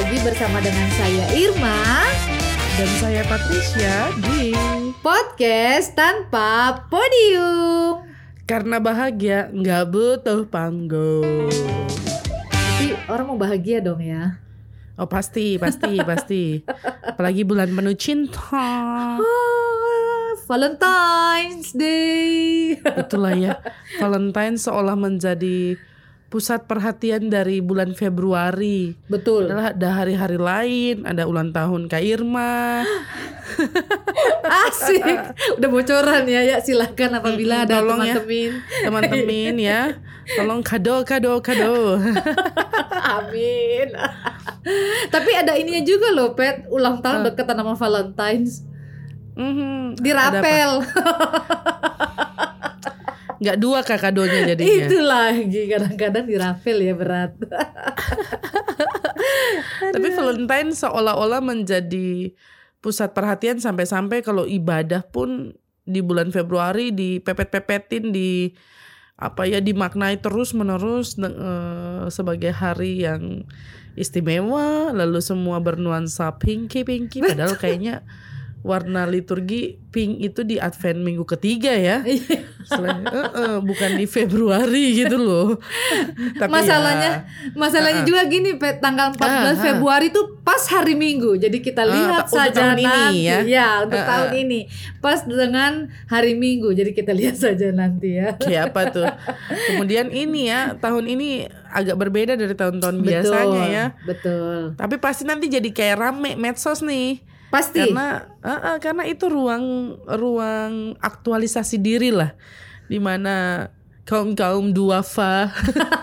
lagi bersama dengan saya Irma dan saya Patricia di Podcast Tanpa Podium. Karena bahagia nggak butuh panggung. Tapi orang mau bahagia dong ya. Oh pasti. Apalagi bulan penuh cinta. Valentine's Day. Itulah ya, Valentine seolah menjadi pusat perhatian dari bulan Februari. Betul. Ada hari-hari lain, ada ulang tahun Kak Irma. Asik. Udah bocoran ya silakan apabila ada teman-teman ya. Tolong kado. Amin. Tapi ada ininya juga loh, Pet. Ulang tahun deketan sama Valentine's. Dirapel. Nggak dua Kak kadonya jadinya. Itu lagi kadang-kadang dirapel ya berat. Tapi Valentine seolah-olah menjadi pusat perhatian sampai-sampai kalau ibadah pun di bulan Februari dipepet-pepetin dimaknai terus-menerus sebagai hari yang istimewa, lalu semua bernuansa pinky padahal kayaknya warna liturgi pink itu di Advent minggu ketiga ya. Bukan di Februari gitu loh. Tapi masalahnya juga gini, tanggal 14 Februari itu pas hari Minggu. Jadi kita lihat saja nanti ya untuk tahun ini. Pas dengan hari Minggu. Jadi kita lihat saja nanti ya. Kayak apa tuh. Kemudian ini ya, tahun ini agak berbeda dari tahun-tahun biasanya ya. Betul. Tapi pasti nanti jadi kayak rame medsos nih. Pasti. Karena itu ruang aktualisasi diri lah, dimana kaum duafa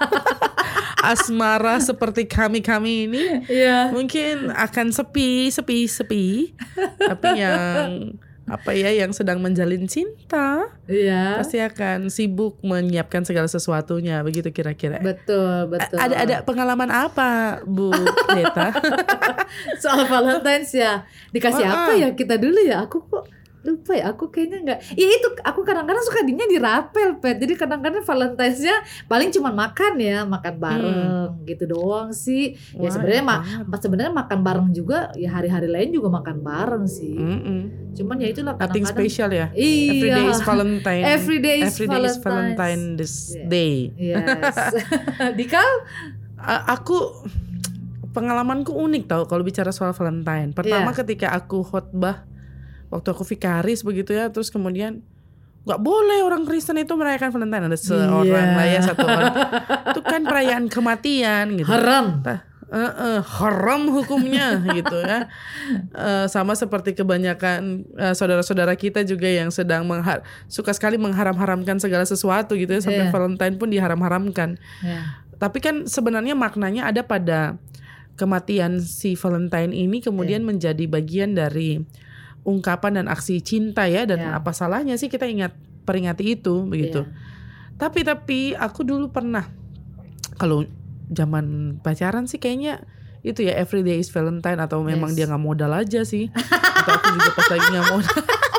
asmara seperti kami ini mungkin akan sepi, tapi yang sedang menjalin cinta pasti akan sibuk menyiapkan segala sesuatunya, begitu kira-kira. Betul. Ada pengalaman apa Bu Deta? Soal Valentine's ya, dikasih apa ya kita dulu ya? Aku kok lupa ya, aku kayaknya enggak. Ya itu, aku kadang-kadang suka dirapel, Pet. Jadi kadang-kadang Valentine's-nya paling cuma makan bareng gitu doang sih. Ya sebenarnya makan bareng juga ya, hari-hari lain juga makan bareng sih. Cuman ya itulah kadang-kadang nothing special ya. Iya. Every day is Valentine. Every day is Valentine's Day. Yes. Dikal? Aku pengalamanku unik tau kalau bicara soal Valentine. Pertama ketika aku khotbah, waktu aku vikaris begitu ya, terus kemudian nggak boleh orang Kristen itu merayakan Valentine. Ada seorang lah ya, satu orang. Itu kan perayaan kematian gitu. Haram. Haram hukumnya gitu ya. Sama seperti kebanyakan saudara-saudara kita juga yang sedang suka sekali mengharam-haramkan segala sesuatu gitu ya, sampai Valentine pun diharam-haramkan. Tapi kan sebenarnya maknanya ada pada kematian si Valentine ini, kemudian menjadi bagian dari ungkapan dan aksi cinta ya, dan apa salahnya sih kita peringati itu begitu. Tapi aku dulu pernah, kalau zaman pacaran sih kayaknya itu ya every day is Valentine, atau memang dia nggak modal aja sih, atau aku juga pas lagi nggak modal.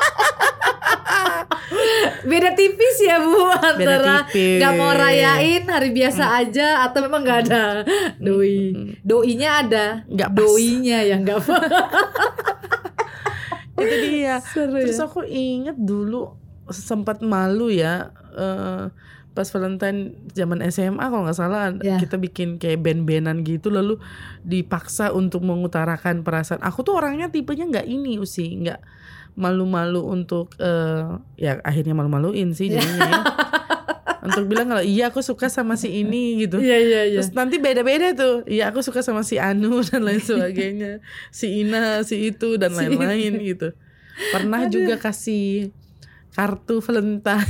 Beda tipis ya Bu, antara gak mau rayain hari biasa aja atau memang gak ada doinya ada, doinya yang gak apa. Itu dia. Terus aku inget dulu sempat malu ya, pas Valentine zaman SMA kalau nggak salah, kita bikin kayak band-bandan gitu, lalu dipaksa untuk mengutarakan perasaan. Aku tuh orangnya tipenya nggak malu-malu untuk akhirnya malu-maluin sih jadinya ya. Untuk bilang kalau iya aku suka sama si ini gitu. Terus nanti beda-beda tuh. Iya aku suka sama si Anu dan lain sebagainya. Si Ina, si itu dan lain-lain gitu. Pernah juga kasih kartu Valentine.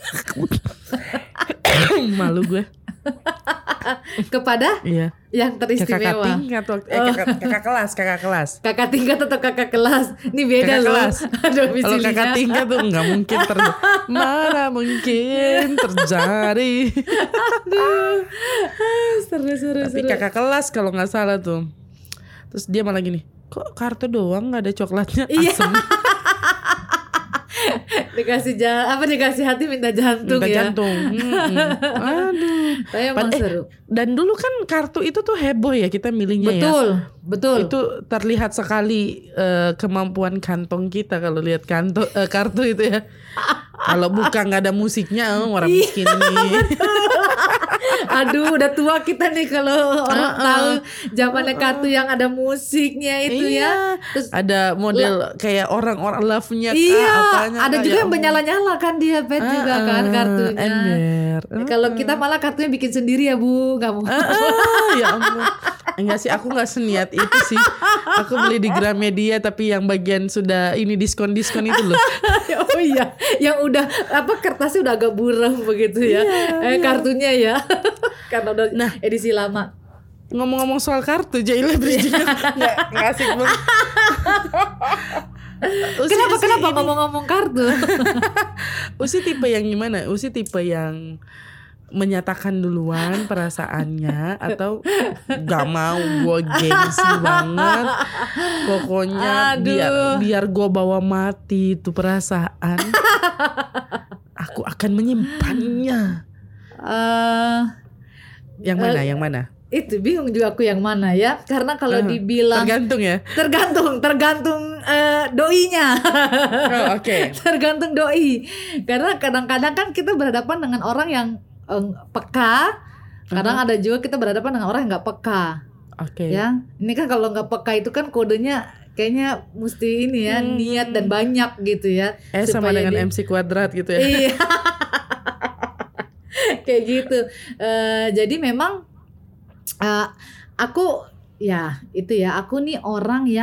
Malu gue. Kepada yang teristimewa. Kakak tingkat kakak kelas. Kakak tingkat atau kakak kelas? Ini beda loh. Kalau kakak tingkat tuh nggak mungkin mana mungkin terjadi. Aduh. Seru. Tapi kakak kelas kalau nggak salah tuh. Terus dia malah gini, kok kartu doang nggak ada coklatnya? Asem. dikasih hati minta jantung minta ya. jantung. Aduh. Tapi emang seru. Dan dulu kan kartu itu tuh heboh ya kita milihnya ya. Betul. Itu terlihat sekali kemampuan kantong kita kalau lihat kartu itu ya. Kalau buka nggak ada musiknya, orang miskin nih. Aduh, udah tua kita nih kalau orang tahu zamannya kartu yang ada musiknya itu ya. Terus ada model kayak orang-orang love-nya apanya. Ada juga yang menyala-nyala kan dia pet juga kan kartunya. Ember. Kalau kita malah kartunya bikin sendiri ya Bu, nggak mau. Ya ampun. Enggak sih, aku nggak seniat itu sih. Aku beli di Gramedia tapi yang bagian sudah ini diskon-diskon itu loh. Oh iya, yang udah kertasnya udah agak buram begitu ya. Kartunya ya. Karena udah edisi lama. Ngomong-ngomong soal kartu, Jaila bridging-nya nggak asik banget. Kenapa ngomong-ngomong kartu? Usi tipe yang gimana? Usi tipe yang menyatakan duluan perasaannya atau gak mau, gue gengsi banget, pokoknya biar gue bawa mati itu perasaan, aku akan menyimpannya. Yang mana? Itu bingung juga aku yang mana ya, karena kalau dibilang tergantung doinya. Oke. Tergantung doi, karena kadang-kadang kan kita berhadapan dengan orang yang peka, kadang ada juga kita berhadapan dengan orang yang nggak peka. Ya, ini kan kalau nggak peka itu kan kodenya kayaknya mesti ini ya, niat dan banyak gitu ya. Sama dengan MC kuadrat gitu ya. Iya. Kayak gitu. Jadi memang aku ya itu ya, aku nih orang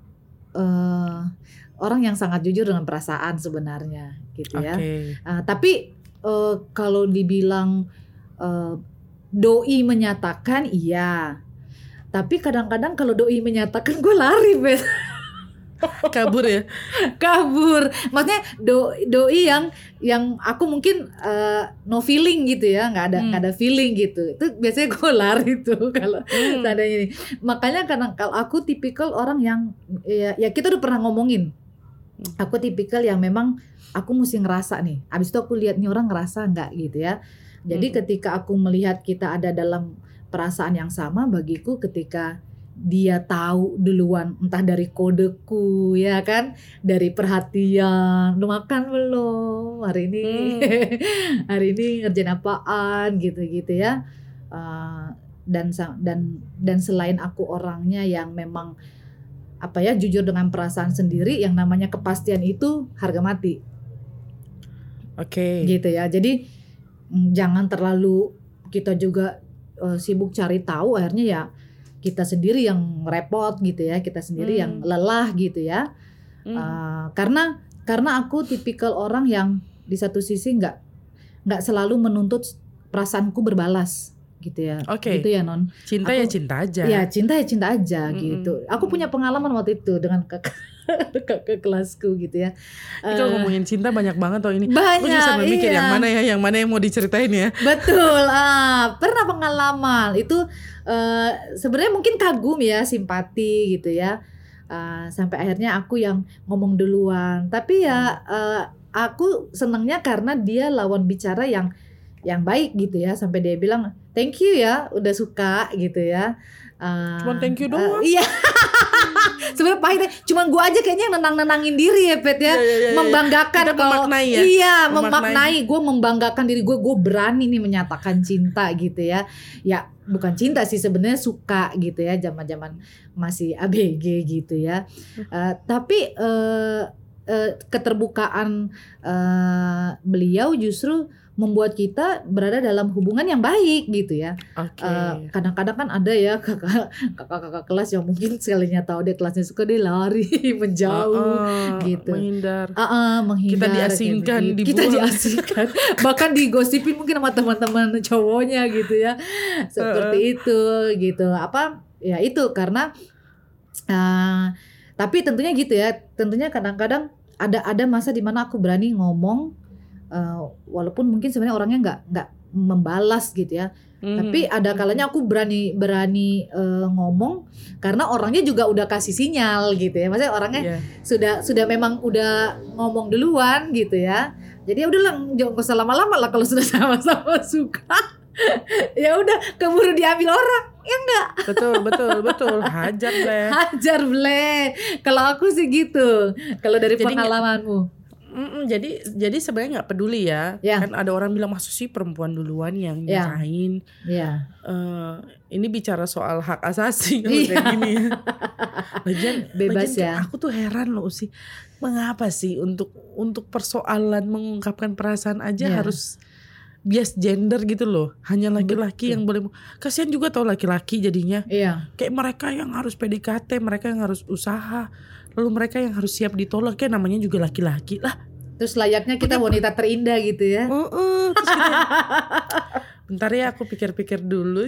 yang sangat jujur dengan perasaan sebenarnya gitu ya. Tapi kalau dibilang doi menyatakan iya, tapi kadang-kadang kalau doi menyatakan gue lari bet. Kabur ya? Kabur. Maksudnya doi yang aku mungkin no feeling gitu ya, nggak ada feeling gitu. Itu biasanya gue lari tuh kalau seandainya ini. Makanya kalau aku tipikal orang yang ya kita udah pernah ngomongin. Aku tipikal yang memang aku mesti ngerasa nih. Abis itu aku lihat nih orang ngerasa nggak gitu ya. Jadi ketika aku melihat kita ada dalam perasaan yang sama, bagiku ketika dia tahu duluan, entah dari kodeku ya kan, dari perhatian, lu makan belum hari ini, hari ini ngerjain apaan gitu ya. Dan selain aku orangnya yang memang jujur dengan perasaan sendiri, yang namanya kepastian itu harga mati. Gitu ya. Jadi jangan terlalu kita juga sibuk cari tahu, akhirnya ya kita sendiri yang repot gitu ya, kita sendiri yang lelah gitu ya. Karena aku tipikal orang yang di satu sisi nggak selalu menuntut perasaanku berbalas gitu ya. Gitu ya non. Cinta ya cinta aja. Ya cinta aja gitu. Aku punya pengalaman waktu itu dengan kakak kelasku gitu ya. Kalau ngomongin cinta banyak banget ini. Banyak. Aku juga sambil mikir yang mana yang mau diceritain ya. Betul. Pernah pengalaman itu sebenarnya mungkin kagum ya, simpati gitu ya. Sampai akhirnya aku yang ngomong duluan. Tapi ya aku senangnya karena dia lawan bicara yang baik gitu ya, sampai dia bilang thank you ya udah suka gitu ya. Cuman thank you doang. Iya. Sebenarnya pahitnya cuman gua aja kayaknya nenangin diri ya Pet ya. Membanggakan kalau memaknai ya. Iya, memaknai. Gua membanggakan diri gua berani nih menyatakan cinta gitu ya. Ya bukan cinta sih sebenarnya, suka gitu ya, zaman-zaman masih ABG gitu ya. Tapi keterbukaan beliau justru membuat kita berada dalam hubungan yang baik gitu ya. Kadang-kadang kan ada ya kakak-kakak kelas yang mungkin sekalinya tahu dia kelasnya suka, dia lari menjauh gitu. Menghindar. Menghindar. Kita diasingkan, gitu. Kita diasingkan. Bahkan digosipin mungkin sama teman-teman cowoknya gitu ya. Seperti itu gitu. Ya itu karena tapi tentunya gitu ya. Tentunya kadang-kadang ada masa di mana aku berani ngomong, walaupun mungkin sebenarnya orangnya membalas gitu ya. Tapi ada kalanya aku berani ngomong karena orangnya juga udah kasih sinyal gitu ya. Maksudnya orangnya sudah memang udah ngomong duluan gitu ya. Jadi ya udahlah, jangan usah lama-lama lah kalau sudah sama-sama suka. Ya udah keburu diambil orang. Ya enggak? Betul. Hajar bleh. Kalau aku sih gitu. Kalau dari pengalamanmu. Jadi sebenarnya nggak peduli ya. Kan ada orang bilang maksud sih perempuan duluan yang nikahin. Ini bicara soal hak asasi kalau kayak gini ya. Lagian ya. Aku tuh heran loh sih, mengapa sih untuk persoalan mengungkapkan perasaan aja harus bias gender gitu loh. Hanya laki-laki yang boleh. Kasihan juga tau laki-laki jadinya. Kayak mereka yang harus PDKT, mereka yang harus usaha. Lalu mereka yang harus siap ditolak, kayak namanya juga laki-laki lah. Terus layaknya kita wanita terindah gitu ya. Terus kita, bentar ya aku pikir-pikir dulu.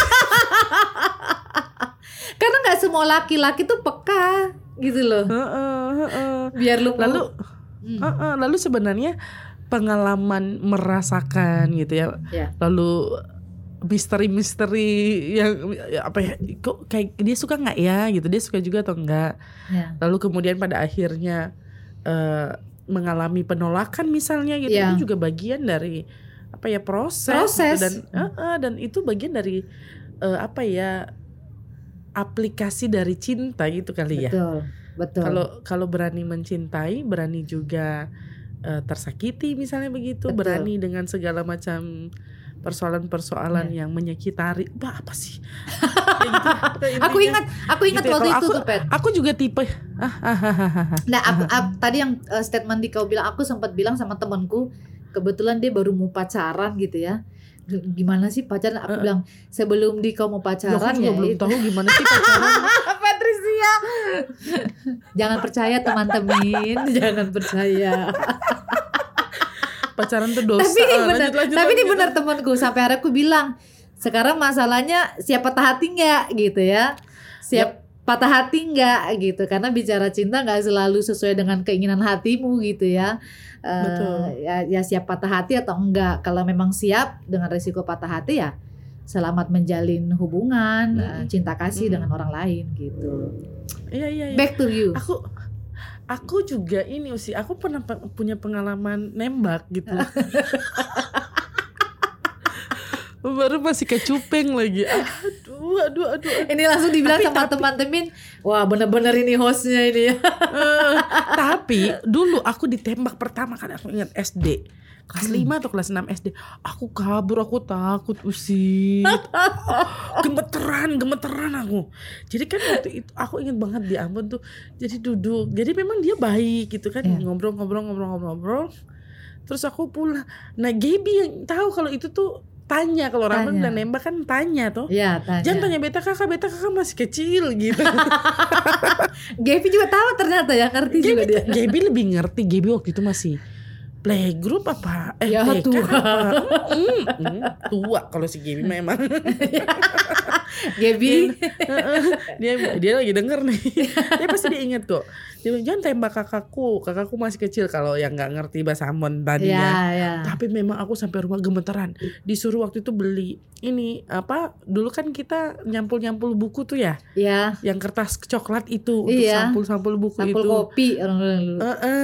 Karena gak semua laki-laki tuh peka gitu loh. Biar lu lalu sebenarnya pengalaman merasakan gitu ya. Lalu misteri yang apa ya, kok kayak dia suka nggak ya gitu, dia suka juga atau enggak. Lalu kemudian pada akhirnya mengalami penolakan misalnya gitu, itu juga bagian dari apa ya, proses. Gitu. Dan itu bagian dari apa ya, aplikasi dari cinta gitu kali ya. Betul. Kalau berani mencintai, berani juga tersakiti misalnya begitu. Berani dengan segala macam persoalan-persoalan yang menyekitari. Apa sih? Aku ingat gitu waktu itu tuh, Pet. Aku juga tipe. Nah, aku tadi yang statement di kau bilang, aku sempat bilang sama temanku, kebetulan dia baru mau pacaran gitu ya. Gimana sih pacaran? Aku bilang sebelum kau mau pacaran aku juga belum tahu gimana sih pacaran. Patricia. Jangan percaya teman-teman, jangan percaya. Pacaran tuh dosa. Tapi ini benar temanku, sampai akhirnya aku bilang, sekarang masalahnya siap patah hati nggak gitu ya, patah hati nggak gitu, karena bicara cinta nggak selalu sesuai dengan keinginan hatimu gitu ya. Betul. Ya siap patah hati atau enggak. Kalau memang siap dengan resiko patah hati, ya selamat menjalin hubungan cinta kasih dengan orang lain gitu. Iya. Back to you. Aku juga ini sih, aku pernah punya pengalaman nembak gitu. Baru masih kecupeng lagi. Aduh. Ini langsung dibilang sama teman-teman, wah bener-bener ini hostnya ini. Tapi dulu aku ditembak pertama kali, aku ingat SD. Kelas 5 atau kelas 6 SD. Aku kabur, aku takut usit. Gemeteran aku. Jadi kan waktu itu aku ingat banget di Ambon tuh. Jadi duduk. Jadi memang dia baik gitu kan. Ngobrol. Terus aku pulang. Nah Gaby yang tahu kalau itu tuh tanya. Kalau orang bilang nembak kan tanya tuh. Iya, tanya. Jangan tanya beta kakak masih kecil gitu. Gaby juga tahu ternyata ya, ngerti juga dia. Gaby lebih ngerti. Gaby waktu itu masih playgroup apa? TK tua. Tua kalau si Gaby memang. Gaby dia lagi denger nih. Dia pasti dia ingat kok. Dia bilang, jangan tembak kakakku masih kecil, kalau yang nggak ngerti bahasa Ambon tadi ya. Tapi memang aku sampai rumah gemeteran. Disuruh waktu itu beli ini apa? Dulu kan kita nyampul buku tuh ya. Iya. Yang kertas coklat itu untuk sampul buku sampul itu. Sampul kopi orang-orang dulu.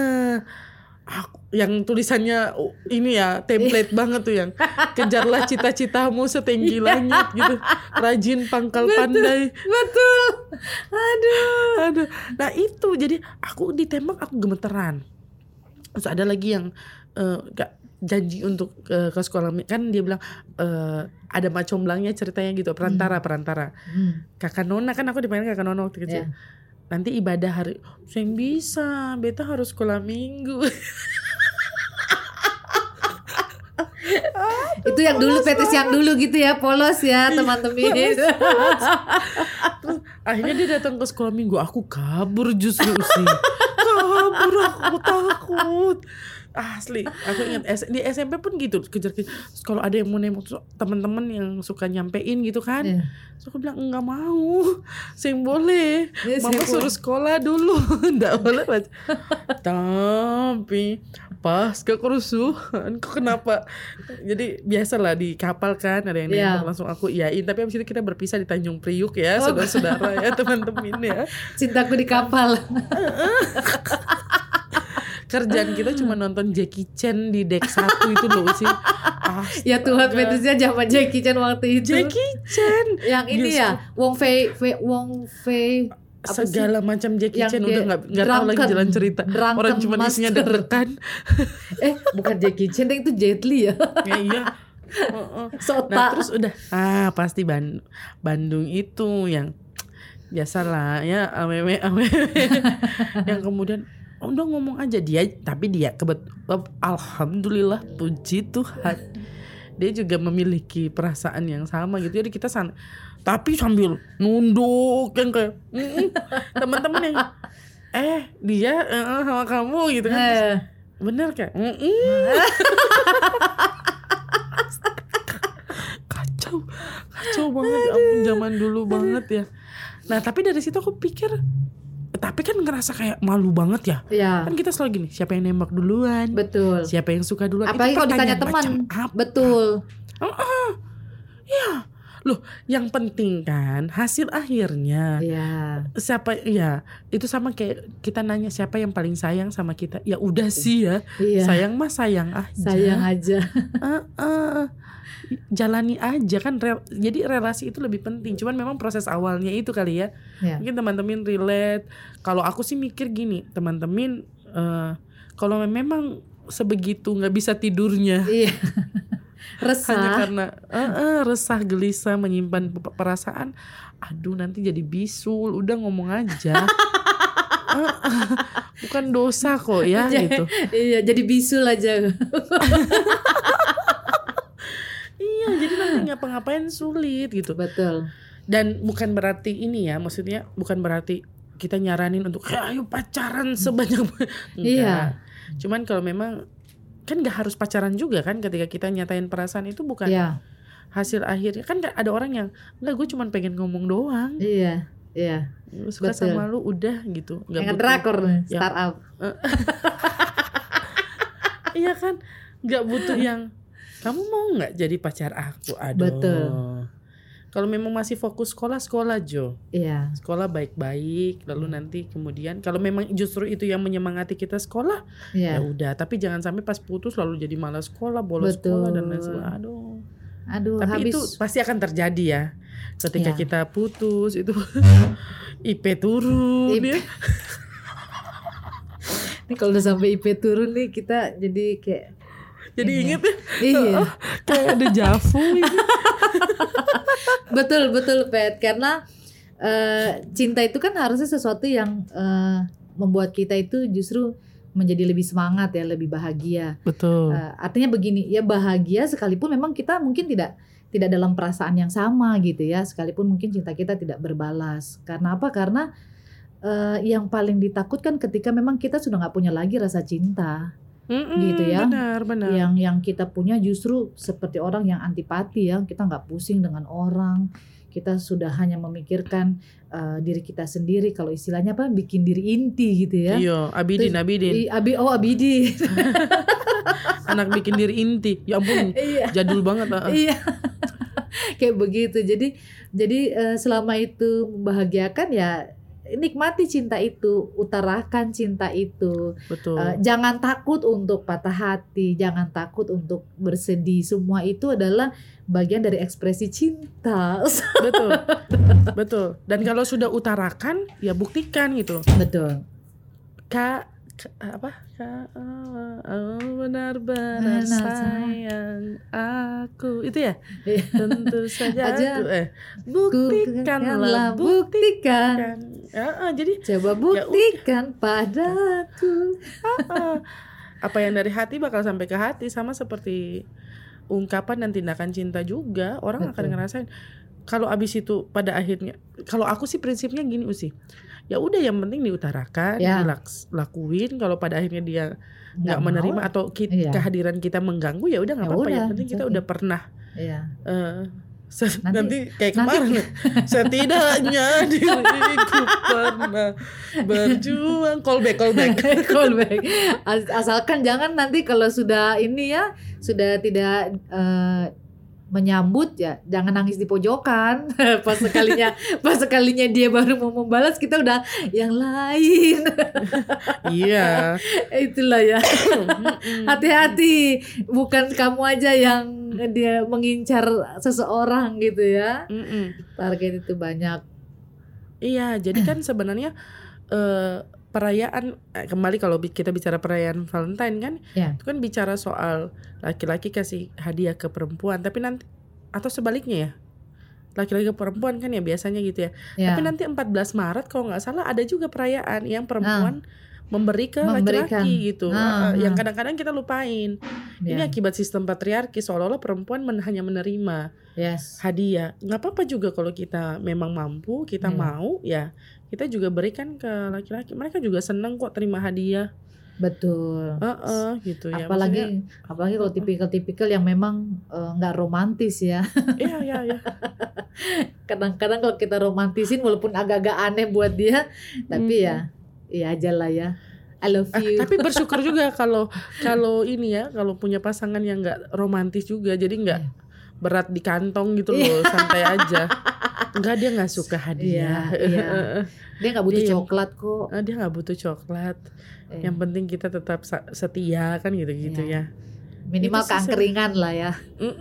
Yang tulisannya ini ya, template banget tuh, yang kejarlah cita-citamu setinggi langit gitu, rajin pangkal pandai. Betul. Aduh. Nah itu, jadi aku ditembak, aku gemeteran. Terus ada lagi yang janji untuk ke sekolah, kan dia bilang ada macomblangnya ceritanya gitu, perantara. Kakak Nona, kan aku dipanggil Kakak Nona waktu kecil. Nanti ibadah hari, saya bisa, beta harus sekolah minggu. Itu yang dulu petis yang dulu gitu ya, polos ya teman-teman. Terus akhirnya dia datang ke sekolah minggu, aku kabur justru sih. Aku takut. Asli, aku ingat di SMP pun gitu, kejar-kejar. Kalau ada yang mau nembak, teman-teman yang suka nyampein gitu kan, so aku bilang enggak mau, saya boleh, mama suruh sekolah dulu, enggak boleh. Tapi pas ke kerusuhan kok kenapa. Jadi biasalah di kapal kan ada yang nembak, langsung aku iyain. Tapi abis itu kita berpisah di Tanjung Priuk ya, saudara-saudara ya, teman-teman ya. Cintaku di kapal. Kerjaan kita cuma nonton Jackie Chan di deck 1 itu loh sih. Ya Tuhan, Petrusnya zaman Jackie Chan waktu itu. Jackie Chan yang ini ya, Wong Fei segala macam Jackie Chan udah nggak tahu lagi jalan cerita. Orang cuma isinya deg-degan. Bukan Jackie Chan, itu Jet Li ya. Iya. Nah terus udah pasti Bandung itu yang biasalah ya ameme yang kemudian udah ngomong aja dia, tapi dia alhamdulillah puji Tuhan dia juga memiliki perasaan yang sama gitu. Jadi kita tapi sambil nunduk yang kayak teman-teman yang dia sama kamu gitu kan. Bener kayak kacau banget. Ampun, zaman dulu banget ya. Nah tapi dari situ aku pikir, tapi kan ngerasa kayak malu banget ya. Kan kita selalu gini, siapa yang nembak duluan? Betul. Siapa yang suka duluan? Apalagi kalau ditanya teman. Betul. Ya. Loh, yang penting kan hasil akhirnya. Siapa ya, itu sama kayak kita nanya siapa yang paling sayang sama kita. Ya udah sih ya. Sayang mah sayang aja. Sayang aja. Jalani aja kan, jadi relasi itu lebih penting. Cuman memang proses awalnya itu kali ya. Mungkin teman-teman relate. Kalau aku sih mikir gini, teman-teman kalau memang sebegitu nggak bisa tidurnya, resah, hanya karena resah, gelisah, menyimpan perasaan, aduh nanti jadi bisul, udah ngomong aja. Bukan dosa kok ya gitu. Iya, jadi bisul aja. Iya, jadi nanti ngapa-ngapain sulit gitu. Betul. Dan bukan berarti ini ya, maksudnya bukan berarti kita nyaranin untuk ayo pacaran sebanyak enggak. Cuman kalau memang kan nggak harus pacaran juga kan, ketika kita nyatain perasaan itu bukan hasil akhirnya. Kan ada orang yang enggak, gue cuma pengen ngomong doang. Iya. Suka sama lu udah gitu. Nggak butuh drakor startup. Iya kan, nggak butuh yang kamu mau nggak jadi pacar aku? Aduh. Betul. Kalau memang masih fokus sekolah Jo. Iya. Sekolah baik-baik, lalu nanti kemudian kalau memang justru itu yang menyemangati kita sekolah, ya udah. Tapi jangan sampai pas putus lalu jadi malas sekolah, bolos sekolah dan lain sebagainya. Aduh. Tapi habis. Itu pasti akan terjadi ya. Ketika kita putus itu IP turun ya. Ini kalau udah sampai IP turun nih kita jadi kayak inget ya. Iya. Kayak ada javu gitu. Betul Pet, karena cinta itu kan harusnya sesuatu yang membuat kita itu justru menjadi lebih semangat ya, lebih bahagia. Betul. Artinya begini, ya bahagia sekalipun memang kita mungkin tidak dalam perasaan yang sama gitu ya, sekalipun mungkin cinta kita tidak berbalas. Karena apa? Karena yang paling ditakutkan ketika memang kita sudah nggak punya lagi rasa cinta. Gitu ya. Benar. Yang kita punya justru seperti orang yang antipati ya, kita nggak pusing dengan orang, kita sudah hanya memikirkan diri kita sendiri. Kalau istilahnya apa, bikin diri inti gitu ya. Iya, Abidin. Abidin. Anak bikin diri inti, ya ampun, jadul banget. Iya. Kayak begitu. Jadi selama itu membahagiakan ya, nikmati cinta itu, utarakan cinta itu. Betul. Jangan takut untuk patah hati, jangan takut untuk bersedih. Semua itu adalah bagian dari ekspresi cinta. Betul. Dan kalau sudah utarakan, ya buktikan gitu. Betul. Benar-benar sayang aku, itu ya. Tentu saja buktikan. Jadi coba buktikan padaku. Apa yang dari hati bakal sampai ke hati. Sama seperti ungkapan dan tindakan cinta juga, orang akan ngerasain. Kalau abis itu pada akhirnya, kalau aku sih prinsipnya gini Usi, ya udah yang penting diutarakan, dilakuin. Kalau pada akhirnya dia nggak menerima atau kehadiran kita mengganggu, ya udah nggak apa-apa. Yang penting kita udah pernah Nanti kayak kemarin setidaknya diriku pernah berjuang. Callback Callback. Asalkan jangan nanti kalau sudah ini ya, sudah tidak menyambut ya, jangan nangis di pojokan. pas sekalinya dia baru mau membalas, kita udah yang lain. Iya. Itulah ya. Hati-hati, bukan kamu aja yang dia mengincar seseorang gitu ya. Target itu banyak. Iya, jadi kan sebenarnya perayaan, kembali kalau kita bicara perayaan Valentine kan, itu kan bicara soal laki-laki kasih hadiah ke perempuan, tapi nanti atau sebaliknya ya, laki-laki ke perempuan kan ya biasanya gitu ya. Tapi nanti 14 Maret kalau nggak salah ada juga perayaan yang perempuan memberi ke laki-laki gitu, yang kadang-kadang kita lupain. Ini akibat sistem patriarki, seolah-olah perempuan hanya menerima hadiah. Nggak apa-apa juga kalau kita memang mampu, kita mau ya, kita juga berikan ke laki-laki. Mereka juga senang kok terima hadiah. Betul. Gitu ya. Apalagi kalau tipikal-tipikal yang memang nggak romantis ya. Iya. Kadang-kadang kalau kita romantisin walaupun agak-agak aneh buat dia, tapi ya aja lah ya. I love you. Tapi bersyukur juga kalau ini ya, kalau punya pasangan yang nggak romantis juga, jadi nggak berat di kantong gitu loh, santai aja. Enggak, dia nggak suka hadiah. Dia nggak butuh coklat kok. Dia nggak butuh coklat. Yang penting kita tetap setia kan gitu ya. Minimal keangkringan lah ya.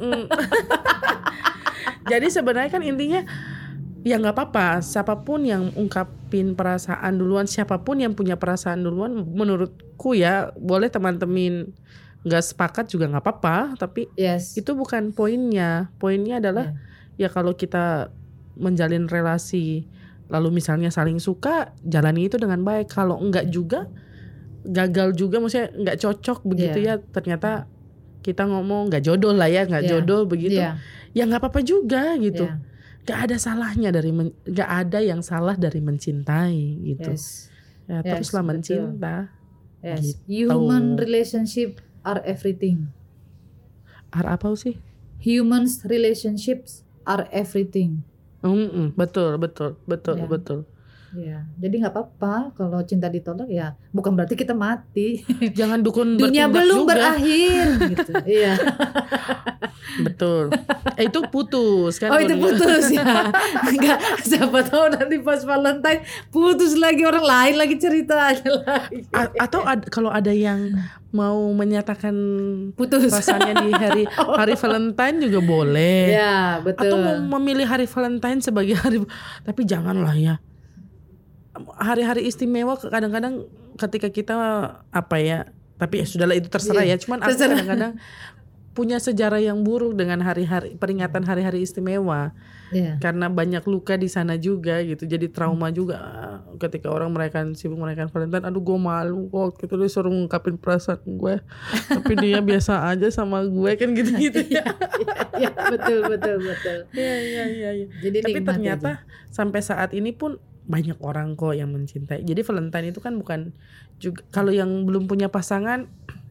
Jadi sebenarnya kan intinya ya nggak apa-apa, siapapun yang ungkapin perasaan duluan, siapapun yang punya perasaan duluan, menurutku ya boleh teman-teman nggak sepakat juga nggak apa-apa, tapi itu bukan poinnya. Poinnya adalah ya kalau kita menjalin relasi lalu misalnya saling suka, jalani itu dengan baik. Kalau enggak juga, gagal juga, maksudnya nggak cocok begitu ya, ternyata kita ngomong nggak jodoh lah ya, nggak jodoh begitu, ya nggak apa-apa juga gitu. Gak ada salahnya gak ada yang salah dari mencintai gitu. Ya, teruslah mencinta. Gitu. Human relationship are everything. Are apa sih? Humans relationships are everything. Betul. Ya, jadi nggak apa-apa kalau cinta ditolak ya, bukan berarti kita mati. Jangan dukun dunia belum juga berakhir gitu. Iya. Betul. Itu putus kan? Oh, itu putus ya. Enggak, siapa tahu nanti pas Valentine putus lagi, orang lain lagi cerita aja lagi. Atau kalau ada yang mau menyatakan putus perasaannya di hari Valentine juga boleh. Ya, betul. Atau mau memilih hari Valentine sebagai hari, tapi janganlah ya. Hari-hari istimewa kadang-kadang ketika kita tapi ya sudahlah, itu terserah ya. Cuman aku kadang-kadang punya sejarah yang buruk dengan peringatan hari-hari istimewa. Karena banyak luka di sana juga gitu. Jadi trauma juga ketika orang sibuk merayakan Valentine. Aduh, gue malu kok gitu, dia suruh ngungkapin perasaan gue. Tapi dia biasa aja sama gue kan gitu-gitu ya. Iya, betul. Iya. Jadi tapi ternyata sampai saat ini pun banyak orang kok yang mencintai. Jadi Valentine itu kan bukan juga, kalau yang belum punya pasangan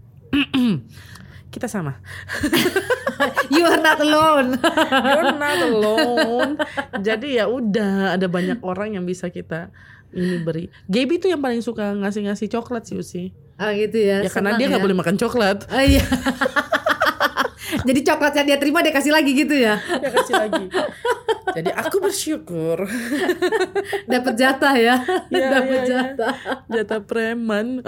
kita sama. You are not alone. You're not alone. Jadi ya udah, ada banyak orang yang bisa kita beri. Gaby tuh yang paling suka ngasih coklat sih Usi. Oh gitu ya. Ya karena dia nggak boleh makan coklat. Oh iya. Jadi coklat yang dia terima dia kasih lagi gitu ya. Dia kasih lagi. Jadi aku bersyukur dapat jatah ya. Dapat jatah. Jatah preman.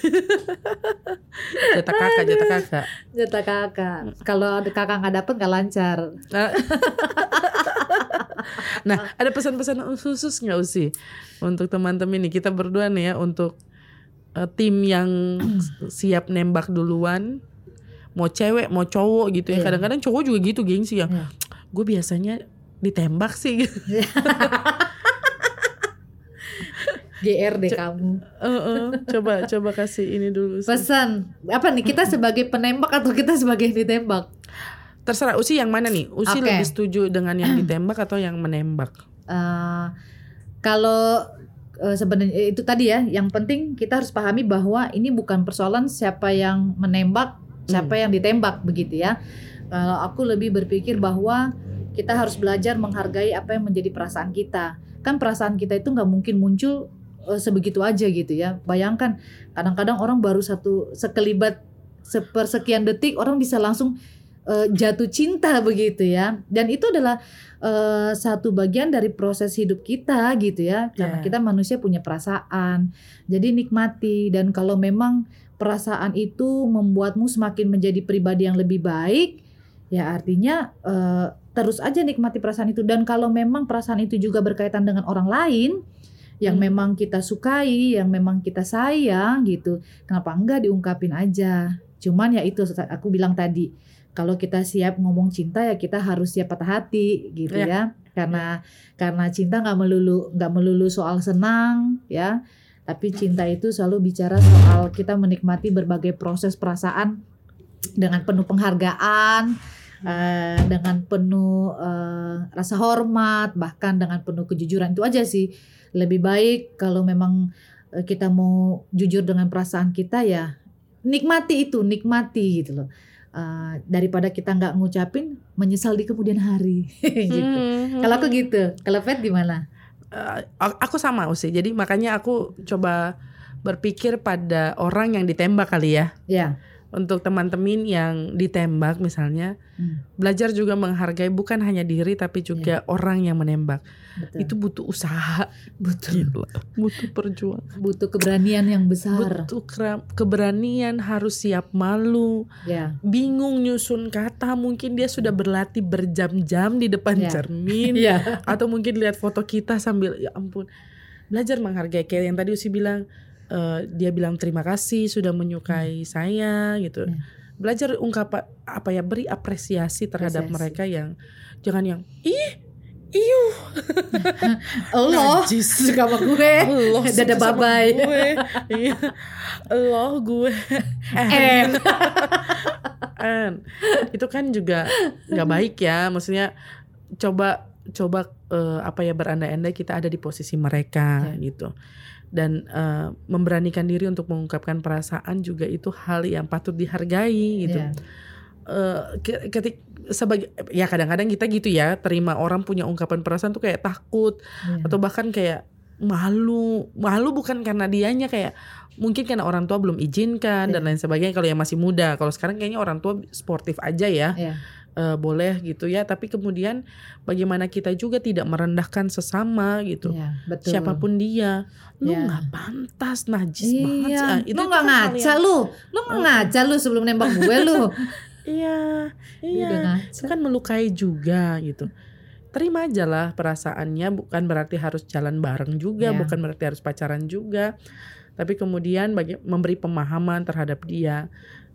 Jatah kakak. Kalau kakak nggak dapet nggak lancar. Nah, ada pesan-pesan khusus nggak Usi untuk teman-teman nih, kita berdua nih ya, untuk tim yang siap nembak duluan, mau cewek mau cowok gitu ya. Kadang-kadang cowok juga gitu, gengsi yang gue biasanya ditembak sih gitu. GR deh kamu. Coba kasih ini dulu Usi. Pesan apa nih, kita sebagai penembak atau kita sebagai yang ditembak? Terserah Usi yang mana nih. Usi lebih setuju dengan yang ditembak atau yang menembak? Kalau sebenarnya itu tadi ya, yang penting kita harus pahami bahwa ini bukan persoalan siapa yang menembak, siapa yang ditembak begitu ya. Kalau aku lebih berpikir bahwa kita harus belajar menghargai apa yang menjadi perasaan kita. Kan perasaan kita itu nggak mungkin muncul sebegitu aja gitu ya. Bayangkan kadang-kadang orang baru sekelibat sepersekian detik orang bisa langsung jatuh cinta begitu ya. Dan itu adalah satu bagian dari proses hidup kita gitu ya. Karena kita manusia punya perasaan. Jadi nikmati, dan kalau memang perasaan itu membuatmu semakin menjadi pribadi yang lebih baik, ya artinya terus aja nikmati perasaan itu. Dan kalau memang perasaan itu juga berkaitan dengan orang lain yang memang kita sukai, yang memang kita sayang gitu, kenapa enggak diungkapin aja. Cuman ya itu aku bilang tadi, kalau kita siap ngomong cinta ya kita harus siap patah hati gitu ya. Karena cinta nggak melulu soal senang ya, tapi cinta itu selalu bicara soal kita menikmati berbagai proses perasaan dengan penuh penghargaan, dengan penuh rasa hormat, bahkan dengan penuh kejujuran. Itu aja sih. Lebih baik kalau memang kita mau jujur dengan perasaan kita, ya nikmati gitu loh. Daripada kita nggak ngucapin, menyesal di kemudian hari. Gitu. Kalau aku gitu. Kalau Pet gimana? Aku sama sih. Jadi makanya aku coba berpikir pada orang yang ditembak kali ya. Ya. Untuk teman-teman yang ditembak misalnya, belajar juga menghargai bukan hanya diri tapi juga orang yang menembak. Betul. Itu butuh usaha, butuh perjuangan, butuh keberanian yang besar, butuh keberanian, harus siap malu, bingung nyusun kata, mungkin dia sudah berlatih berjam-jam di depan cermin, atau mungkin lihat foto kita sambil ya ampun. Belajar menghargai, kayak yang tadi Usi bilang, dia bilang terima kasih sudah menyukai saya gitu. Belajar beri apresiasi terhadap mereka, yang jangan yang Allah suka sama gue, dada babai, Allah gue, itu kan juga nggak baik ya. Maksudnya coba berandai-andai kita ada di posisi mereka gitu. Dan memberanikan diri untuk mengungkapkan perasaan juga itu hal yang patut dihargai gitu. Kadang-kadang kita gitu ya, terima orang punya ungkapan perasaan tuh kayak takut, atau bahkan kayak malu bukan karena dianya, kayak mungkin karena orang tua belum izinkan dan lain sebagainya. Kalau yang masih muda, kalau sekarang kayaknya orang tua sportif aja ya. Boleh gitu ya, tapi kemudian bagaimana kita juga tidak merendahkan sesama gitu. Betul. Siapapun dia, lu nggak pantas, najis banget. Lu nggak ngaca lu nggak ngaca lu sebelum nembak gue lu. Iya, itu kan melukai juga gitu. Terima aja lah perasaannya, bukan berarti harus jalan bareng juga, bukan berarti harus pacaran juga, tapi kemudian memberi pemahaman terhadap dia.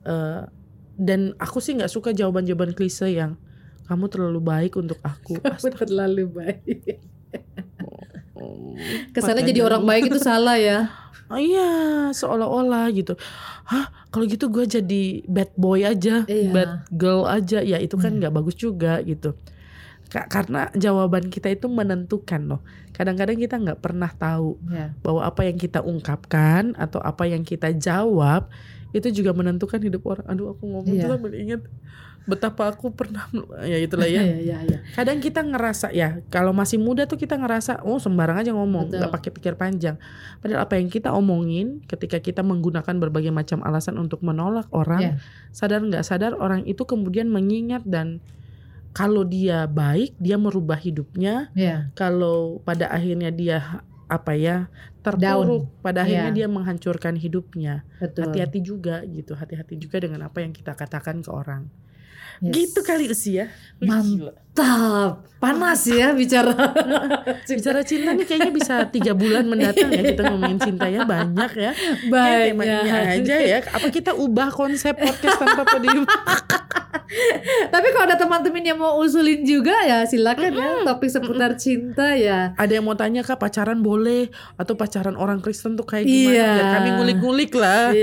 Dan aku sih nggak suka jawaban-jawaban klise yang kamu terlalu baik untuk aku. Kamu terlalu baik. Kesannya jadi orang baik itu salah ya. Iya, seolah-olah gitu. Kalau gitu gue jadi bad boy aja, bad girl aja. Ya itu kan nggak bagus juga gitu. Karena jawaban kita itu menentukan loh. Kadang-kadang kita nggak pernah tahu bahwa apa yang kita ungkapkan atau apa yang kita jawab itu juga menentukan hidup orang. Aduh, aku ngomong tuh sambil ingat betapa aku pernah, ya itulah ya. Kadang kita ngerasa ya, kalau masih muda tuh kita ngerasa sembarang aja ngomong, nggak pakai pikir panjang. Padahal apa yang kita omongin ketika kita menggunakan berbagai macam alasan untuk menolak orang, sadar nggak sadar orang itu kemudian mengingat, dan kalau dia baik dia merubah hidupnya. Kalau pada akhirnya dia terpuruk, pada akhirnya dia menghancurkan hidupnya. Hati-hati juga gitu, hati-hati juga dengan apa yang kita katakan ke orang. Gitu kali Usia. Mantap, panas ya bicara cinta nih, kayaknya bisa 3 bulan mendatang ya kita ngomongin cinta ya, banyak ya. Temanya aja ya. Apa kita ubah konsep podcast tanpa podium? Tapi kalau ada teman-teman yang mau usulin juga ya silakan ya, topik seputar cinta ya. Ada yang mau tanya, Kak, pacaran boleh atau pacaran orang Kristen tuh kayak gimana? Ya kami ngulik-ngulik lah.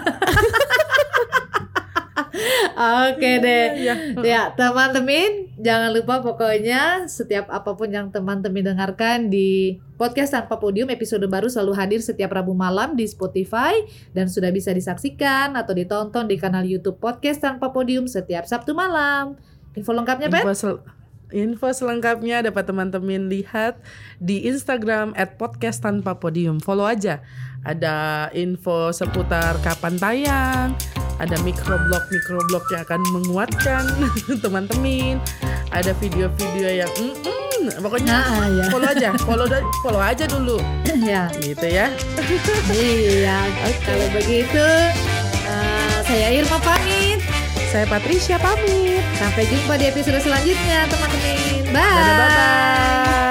Oke deh. Ya teman-teman, jangan lupa pokoknya setiap apapun yang teman-teman dengarkan di podcast Tanpa Podium, episode baru selalu hadir setiap Rabu malam di Spotify, dan sudah bisa disaksikan atau ditonton di kanal YouTube Podcast Tanpa Podium setiap Sabtu malam. Info lengkapnya, Pet? Info selengkapnya dapat teman-teman lihat di Instagram @podcasttanpapodium. Follow aja. Ada info seputar kapan tayang, ada microblog yang akan menguatkan teman-teman. Ada video-video yang pokoknya follow aja dulu. Ya. Gitu ya. Iya. Kalau begitu saya Irma pamit. Saya Patricia pamit. Sampai jumpa di episode selanjutnya, teman-teman. Bye. Bye.